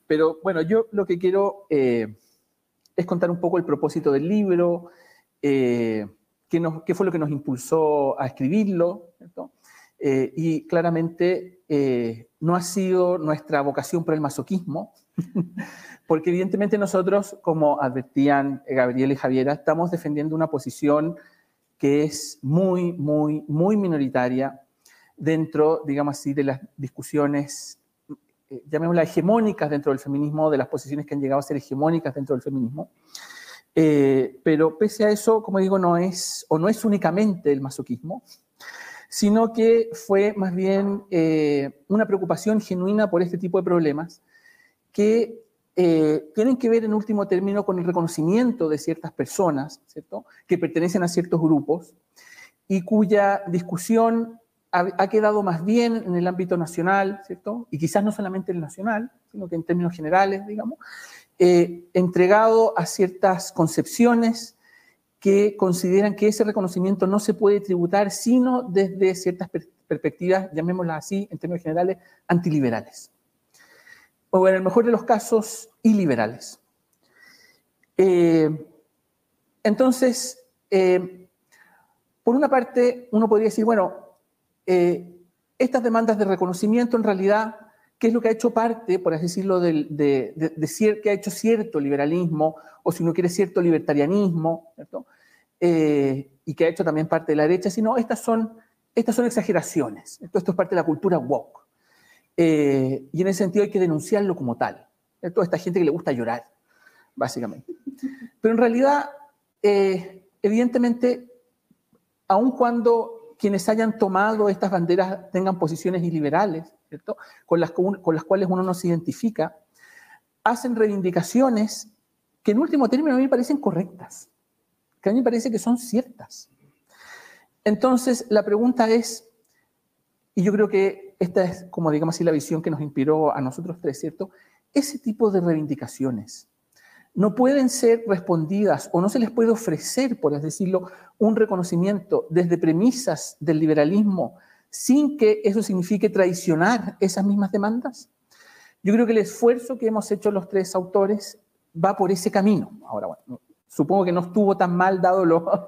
Pero bueno, yo lo que quiero es contar un poco el propósito del libro, qué fue lo que nos impulsó a escribirlo, ¿cierto? Y claramente no ha sido nuestra vocación por el masoquismo, porque evidentemente nosotros, como advertían Gabriela y Javiera, estamos defendiendo una posición que es muy, muy, muy minoritaria dentro, digamos así, de las discusiones, llamémoslas hegemónicas dentro del feminismo, de las posiciones que han llegado a ser hegemónicas dentro del feminismo. Pero pese a eso, como digo, no es únicamente el masoquismo, sino que fue más bien una preocupación genuina por este tipo de problemas que tienen que ver en último término con el reconocimiento de ciertas personas, ¿cierto?, que pertenecen a ciertos grupos y cuya discusión ha quedado más bien en el ámbito nacional, ¿cierto?, y quizás no solamente en el nacional, sino que en términos generales, digamos, entregado a ciertas concepciones que consideran que ese reconocimiento no se puede tributar sino desde ciertas perspectivas, llamémoslas así, en términos generales, antiliberales. O en el mejor de los casos, iliberales. Entonces, por una parte, uno podría decir, bueno, estas demandas de reconocimiento en realidad, ¿qué es lo que ha hecho parte, por así decirlo, que ha hecho cierto liberalismo, o si uno quiere cierto libertarianismo, ¿cierto? Y que ha hecho también parte de la derecha? Sino estas son exageraciones. Esto es parte de la cultura woke. Y en ese sentido hay que denunciarlo como tal. Toda esta gente que le gusta llorar, básicamente. Pero en realidad, evidentemente, aun cuando quienes hayan tomado estas banderas tengan posiciones iliberales, ¿cierto?, con las cuales uno no se identifica, hacen reivindicaciones que en último término a mí me parecen correctas, que a mí me parece que son ciertas. Entonces, la pregunta es, y yo creo que esta es, como digamos así, la visión que nos inspiró a nosotros tres, ¿cierto? Ese tipo de reivindicaciones no pueden ser respondidas o no se les puede ofrecer, por así decirlo, un reconocimiento desde premisas del liberalismo sin que eso signifique traicionar esas mismas demandas. Yo creo que el esfuerzo que hemos hecho los tres autores va por ese camino. Ahora, bueno, supongo que no estuvo tan mal dado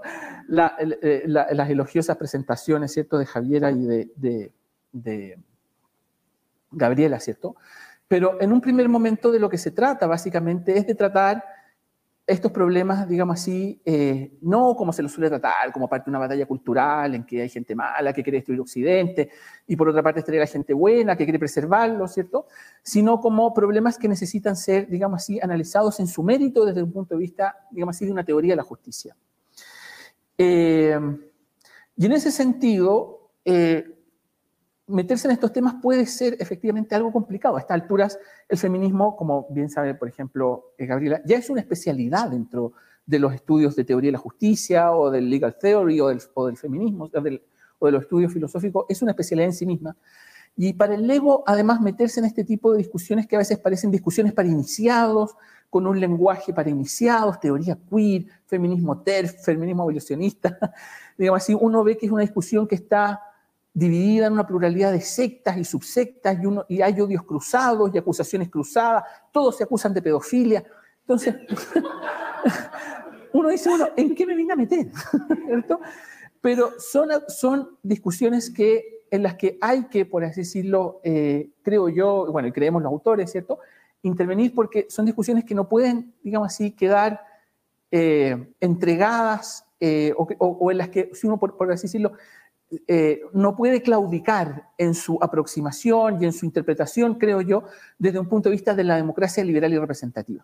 las elogiosas presentaciones, ¿cierto?, de Javiera y de Gabriela, ¿cierto? Pero en un primer momento de lo que se trata básicamente es de tratar estos problemas, digamos así, no como se los suele tratar, como parte de una batalla cultural en que hay gente mala que quiere destruir Occidente y por otra parte estaría la gente buena que quiere preservarlo, ¿cierto? Sino como problemas que necesitan ser, digamos así, analizados en su mérito desde un punto de vista, digamos así, de una teoría de la justicia. Y en ese sentido, meterse en estos temas puede ser efectivamente algo complicado. A estas alturas, el feminismo, como bien sabe, por ejemplo, Gabriela, ya es una especialidad dentro de los estudios de teoría de la justicia o del legal theory o del feminismo o de los estudios filosóficos, es una especialidad en sí misma. Y para el Lego, además, meterse en este tipo de discusiones que a veces parecen discusiones para iniciados, con un lenguaje para iniciados, teoría queer, feminismo TERF, feminismo evolucionista, digamos así, uno ve que es una discusión que está dividida en una pluralidad de sectas y subsectas, y hay odios cruzados y acusaciones cruzadas, todos se acusan de pedofilia. Entonces, uno dice, bueno, ¿en qué me vine a meter? ¿Cierto? Pero son discusiones en las que hay que, por así decirlo, creo yo, bueno, y creemos los autores, ¿cierto?, intervenir, porque son discusiones que no pueden, digamos así, quedar entregadas o en las que, si uno, por así decirlo, no puede claudicar en su aproximación y en su interpretación, creo yo, desde un punto de vista de la democracia liberal y representativa.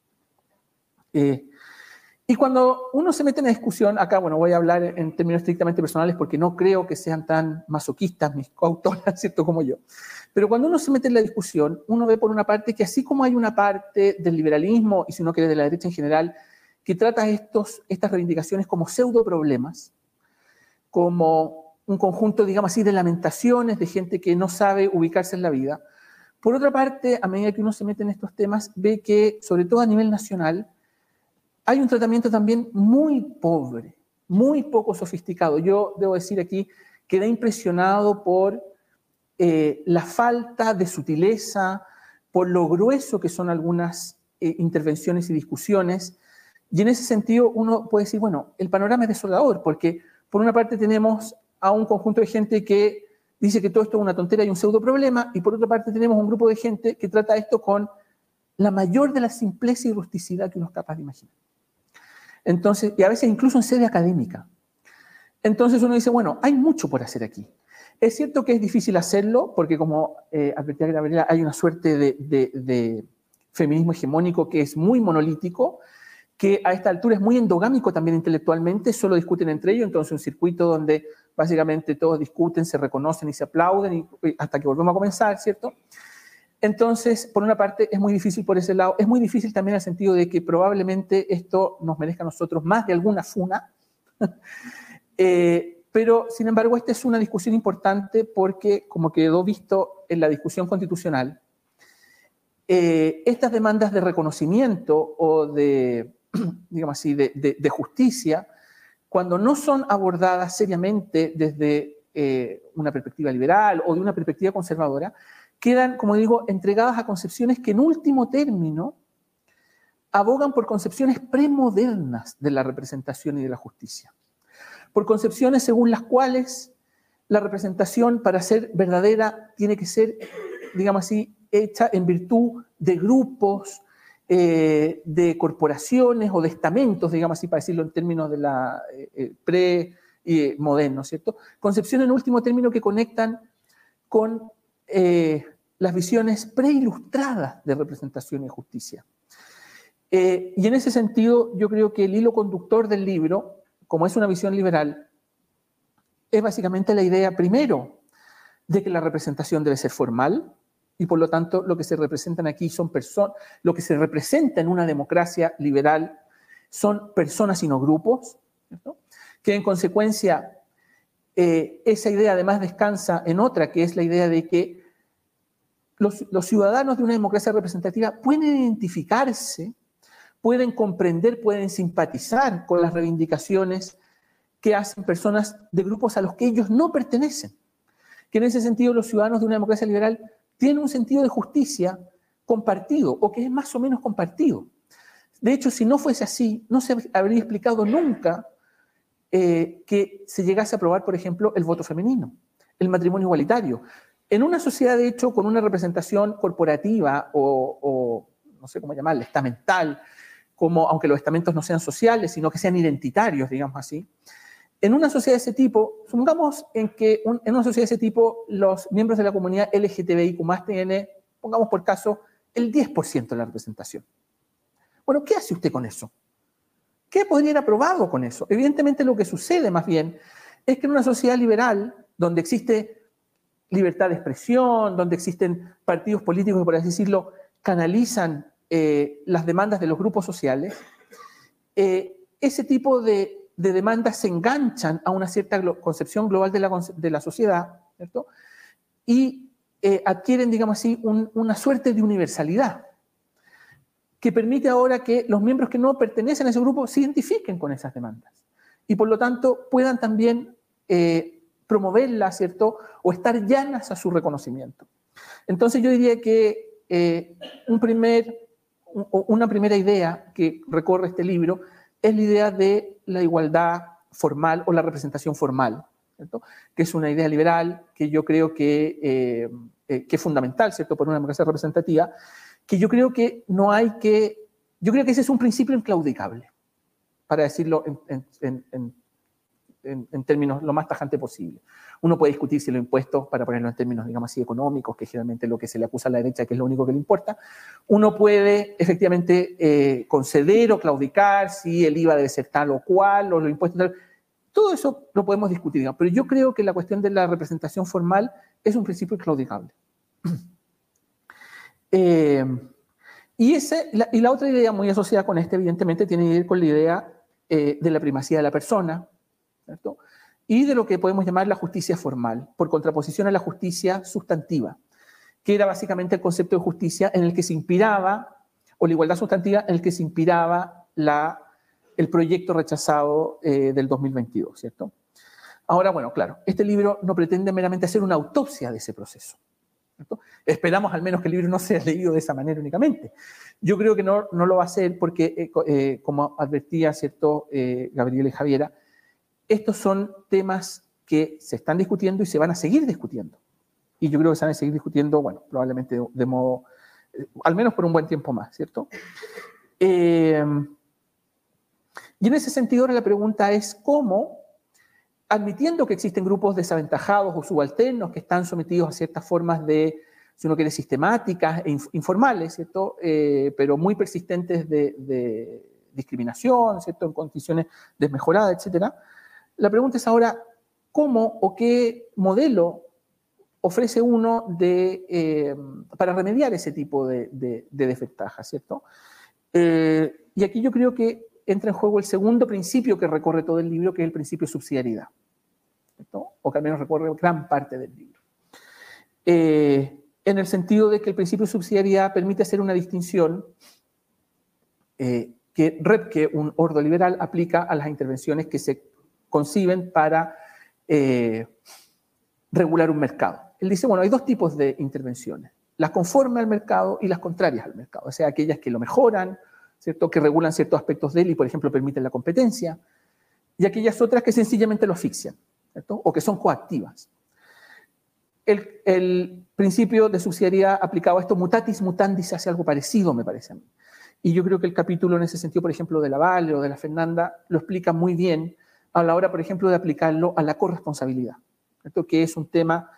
Y cuando uno se mete en la discusión, acá, bueno, voy a hablar en términos estrictamente personales porque no creo que sean tan masoquistas mis coautoras, ¿cierto?, como yo. Pero cuando uno se mete en la discusión, uno ve por una parte que así como hay una parte del liberalismo, y si uno quiere de la derecha en general, que trata estas reivindicaciones como pseudo problemas, como un conjunto, digamos así, de lamentaciones de gente que no sabe ubicarse en la vida. Por otra parte, a medida que uno se mete en estos temas, ve que, sobre todo a nivel nacional, hay un tratamiento también muy pobre, muy poco sofisticado. Yo debo decir aquí, quedé impresionado por la falta de sutileza, por lo grueso que son algunas intervenciones y discusiones, y en ese sentido uno puede decir, bueno, el panorama es desolador, porque por una parte tenemos a un conjunto de gente que dice que todo esto es una tontera y un pseudo problema, y por otra parte tenemos un grupo de gente que trata esto con la mayor de la simpleza y rusticidad que uno es capaz de imaginar. Entonces, y a veces incluso en sede académica. Entonces uno dice, bueno, hay mucho por hacer aquí. Es cierto que es difícil hacerlo, porque como advertía Gabriela, hay una suerte de feminismo hegemónico que es muy monolítico, que a esta altura es muy endogámico también intelectualmente, solo discuten entre ellos, entonces un circuito donde básicamente todos discuten, se reconocen y se aplauden y hasta que volvemos a comenzar, ¿cierto? Entonces, por una parte, es muy difícil por ese lado. Es muy difícil también en el sentido de que probablemente esto nos merezca a nosotros más de alguna funa. Pero, sin embargo, esta es una discusión importante porque, como quedó visto en la discusión constitucional, estas demandas de reconocimiento o de, digamos así, de justicia, cuando no son abordadas seriamente desde una perspectiva liberal o de una perspectiva conservadora, quedan, como digo, entregadas a concepciones que en último término abogan por concepciones premodernas de la representación y de la justicia. Por concepciones según las cuales la representación, para ser verdadera, tiene que ser, digamos así, hecha en virtud de grupos, de corporaciones o de estamentos, digamos así, para decirlo en términos de la pre-moderno, ¿cierto? Concepciones en último término que conectan con las visiones preilustradas de representación y justicia. Y en ese sentido, yo creo que el hilo conductor del libro, como es una visión liberal, es básicamente la idea, primero, de que la representación debe ser formal, y por lo tanto lo que se representan aquí son personas, lo que se representa en una democracia liberal son personas y no grupos, ¿cierto? Que en consecuencia esa idea además descansa en otra, que es la idea de que los ciudadanos de una democracia representativa pueden identificarse, pueden comprender, pueden simpatizar con las reivindicaciones que hacen personas de grupos a los que ellos no pertenecen. Que en ese sentido los ciudadanos de una democracia liberal tienen un sentido de justicia compartido, o que es más o menos compartido. De hecho, si no fuese así, no se habría explicado nunca que se llegase a aprobar, por ejemplo, el voto femenino, el matrimonio igualitario. En una sociedad, de hecho, con una representación corporativa o no sé cómo llamarla, estamental, como, aunque los estamentos no sean sociales, sino que sean identitarios, digamos así, en una sociedad de ese tipo, supongamos en que en una sociedad de ese tipo los miembros de la comunidad LGTBIQ+ tienen, pongamos por caso, el 10% de la representación. Bueno, ¿qué hace usted con eso? ¿Qué podría ir aprobado con eso? Evidentemente lo que sucede más bien es que en una sociedad liberal, donde existe libertad de expresión, donde existen partidos políticos que, por así decirlo, canalizan las demandas de los grupos sociales, ese tipo de demandas se enganchan a una cierta concepción global de la sociedad, ¿cierto? Y adquieren, digamos así, una suerte de universalidad que permite ahora que los miembros que no pertenecen a ese grupo se identifiquen con esas demandas y por lo tanto puedan también promoverlas, ¿cierto? O estar llanas a su reconocimiento. Entonces yo diría que una primera idea que recorre este libro es la idea de la igualdad formal o la representación formal, ¿cierto? Que es una idea liberal que yo creo que es fundamental, ¿cierto? Por una democracia representativa, que yo creo que no hay que... Yo creo que ese es un principio inclaudicable, para decirlo en términos lo más tajante posible. Uno puede discutir si los impuestos, para ponerlo en términos, digamos así, económicos, que es generalmente lo que se le acusa a la derecha, que es lo único que le importa. Uno puede efectivamente conceder o claudicar si el IVA debe ser tal o cual, o los impuestos tal. Todo eso lo podemos discutir, digamos, pero yo creo que la cuestión de la representación formal es un principio inclaudicable. Y la otra idea muy asociada con este, evidentemente, tiene que ver con la idea de la primacía de la persona, ¿cierto? Y de lo que podemos llamar la justicia formal, por contraposición a la justicia sustantiva, que era básicamente el concepto de justicia en el que se inspiraba, o la igualdad sustantiva en el que se inspiraba el proyecto rechazado del 2022, ¿cierto? Ahora, bueno, claro, este libro no pretende meramente hacer una autopsia de ese proceso. ¿cierto? Esperamos al menos que el libro no sea leído de esa manera únicamente. Yo creo que no lo va a ser porque, como advertía, ¿cierto? Gabriela y Javiera, estos son temas que se están discutiendo y se van a seguir discutiendo. Y yo creo que se van a seguir discutiendo, bueno, probablemente de modo, al menos por un buen tiempo más, ¿cierto? Y en ese sentido, ahora la pregunta es cómo, admitiendo que existen grupos desaventajados o subalternos que están sometidos a ciertas formas de, si uno quiere, sistemáticas e informales, ¿cierto? Pero muy persistentes de discriminación, ¿cierto? En condiciones desmejoradas, etcétera. La pregunta es ahora, ¿cómo o qué modelo ofrece uno para remediar ese tipo de desventajas, ¿cierto? Y aquí yo creo que entra en juego el segundo principio que recorre todo el libro, que es el principio de subsidiariedad, ¿cierto? O que al menos recorre gran parte del libro. En el sentido de que el principio de subsidiariedad permite hacer una distinción que Repke, un ordoliberal, aplica a las intervenciones que se conciben para regular un mercado. Él dice, bueno, hay dos tipos de intervenciones, las conformes al mercado y las contrarias al mercado, o sea, aquellas que lo mejoran, ¿cierto? Que regulan ciertos aspectos de él y, por ejemplo, permiten la competencia, y aquellas otras que sencillamente lo asfixian, ¿cierto? O que son coactivas. El principio de subsidiariedad aplicado a esto, mutatis mutandis, hace algo parecido, me parece a mí. Y yo creo que el capítulo en ese sentido, por ejemplo, de la Vale o de la Fernanda, lo explica muy bien a la hora, por ejemplo, de aplicarlo a la corresponsabilidad, ¿cierto? Que es un tema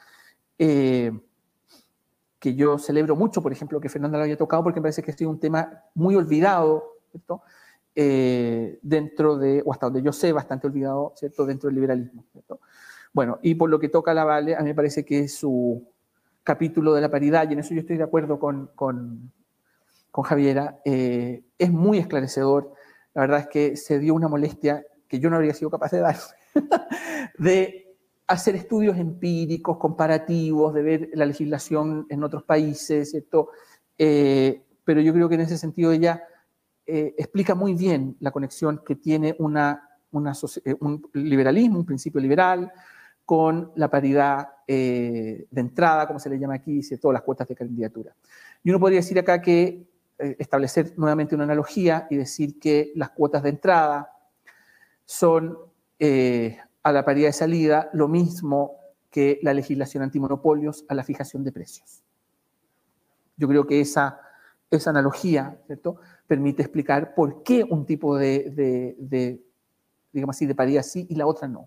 que yo celebro mucho, por ejemplo, que Fernanda lo haya tocado, porque me parece que ha sido un tema muy olvidado, ¿cierto? Dentro de, o hasta donde yo sé, bastante olvidado, ¿cierto? Dentro del liberalismo, ¿cierto? Bueno, y por lo que toca a la Vale, a mí me parece que su capítulo de la paridad, y en eso yo estoy de acuerdo con Javiera, es muy esclarecedor. La verdad es que se dio una molestia que yo no habría sido capaz de dar, de hacer estudios empíricos, comparativos, de ver la legislación en otros países, ¿cierto? Pero yo creo que en ese sentido ella explica muy bien la conexión que tiene un liberalismo, un principio liberal, con la paridad de entrada, como se le llama aquí, ¿cierto? Las cuotas de candidatura. Y uno podría decir acá que establecer nuevamente una analogía y decir que las cuotas de entrada son a la paridad de salida lo mismo que la legislación antimonopolios a la fijación de precios. Yo creo que esa analogía, ¿cierto?, permite explicar por qué un tipo digamos así, de paridad sí y la otra no.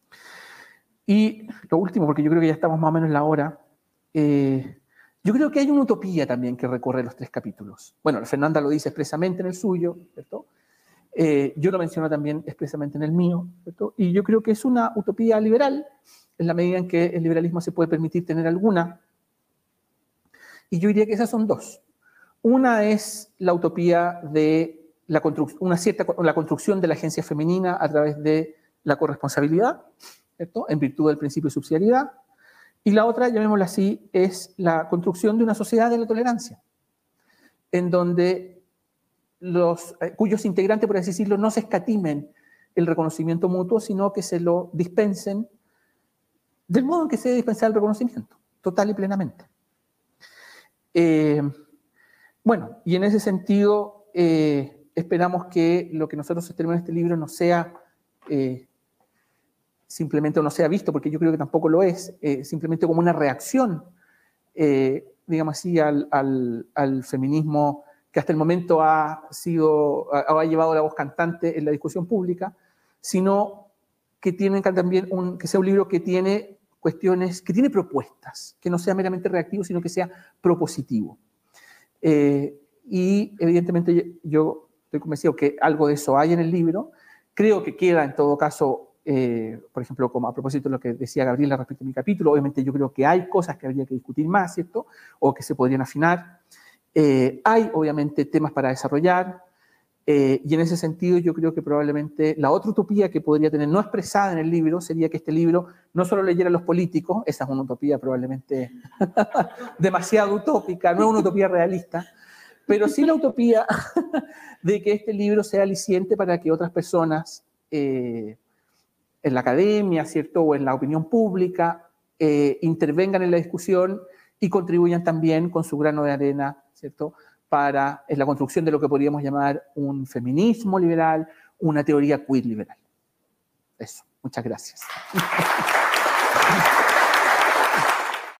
Y lo último, porque yo creo que ya estamos más o menos en la hora, yo creo que hay una utopía también que recorre los tres capítulos. Bueno, Fernanda lo dice expresamente en el suyo, ¿cierto? Yo lo menciono también expresamente en el mío, ¿cierto? Y yo creo que es una utopía liberal, en la medida en que el liberalismo se puede permitir tener alguna. Y yo diría que esas son dos. Una es la utopía de la construcción de la agencia femenina a través de la corresponsabilidad, ¿cierto?, en virtud del principio de subsidiariedad. Y la otra, llamémosla así, es la construcción de una sociedad de la tolerancia, en donde cuyos integrantes, por así decirlo, no se escatimen el reconocimiento mutuo, sino que se lo dispensen del modo en que se debe dispensar el reconocimiento, total y plenamente. Bueno, y en ese sentido, esperamos que lo que nosotros sostenemos en este libro no sea simplemente, o no sea visto, porque yo creo que tampoco lo es, simplemente como una reacción, digamos así, al feminismo que hasta el momento ha llevado la voz cantante en la discusión pública, sino que tiene también que sea un libro que tiene cuestiones, que tiene propuestas, que no sea meramente reactivo, sino que sea propositivo. Y evidentemente yo estoy convencido que algo de eso hay en el libro. Creo que queda en todo caso, por ejemplo, como a propósito de lo que decía Gabriela respecto a mi capítulo, obviamente yo creo que hay cosas que habría que discutir más, ¿cierto? O que se podrían afinar. Hay obviamente temas para desarrollar, y en ese sentido yo creo que probablemente la otra utopía que podría tener no expresada en el libro sería que este libro no solo leyera a los políticos, esa es una utopía probablemente demasiado utópica, no es una utopía realista, pero sí la utopía de que este libro sea aliciente para que otras personas en la academia, ¿cierto?, o en la opinión pública intervengan en la discusión y contribuyan también con su grano de arena, ¿cierto?, para la construcción de lo que podríamos llamar un feminismo liberal, una teoría queer liberal. Eso, muchas gracias.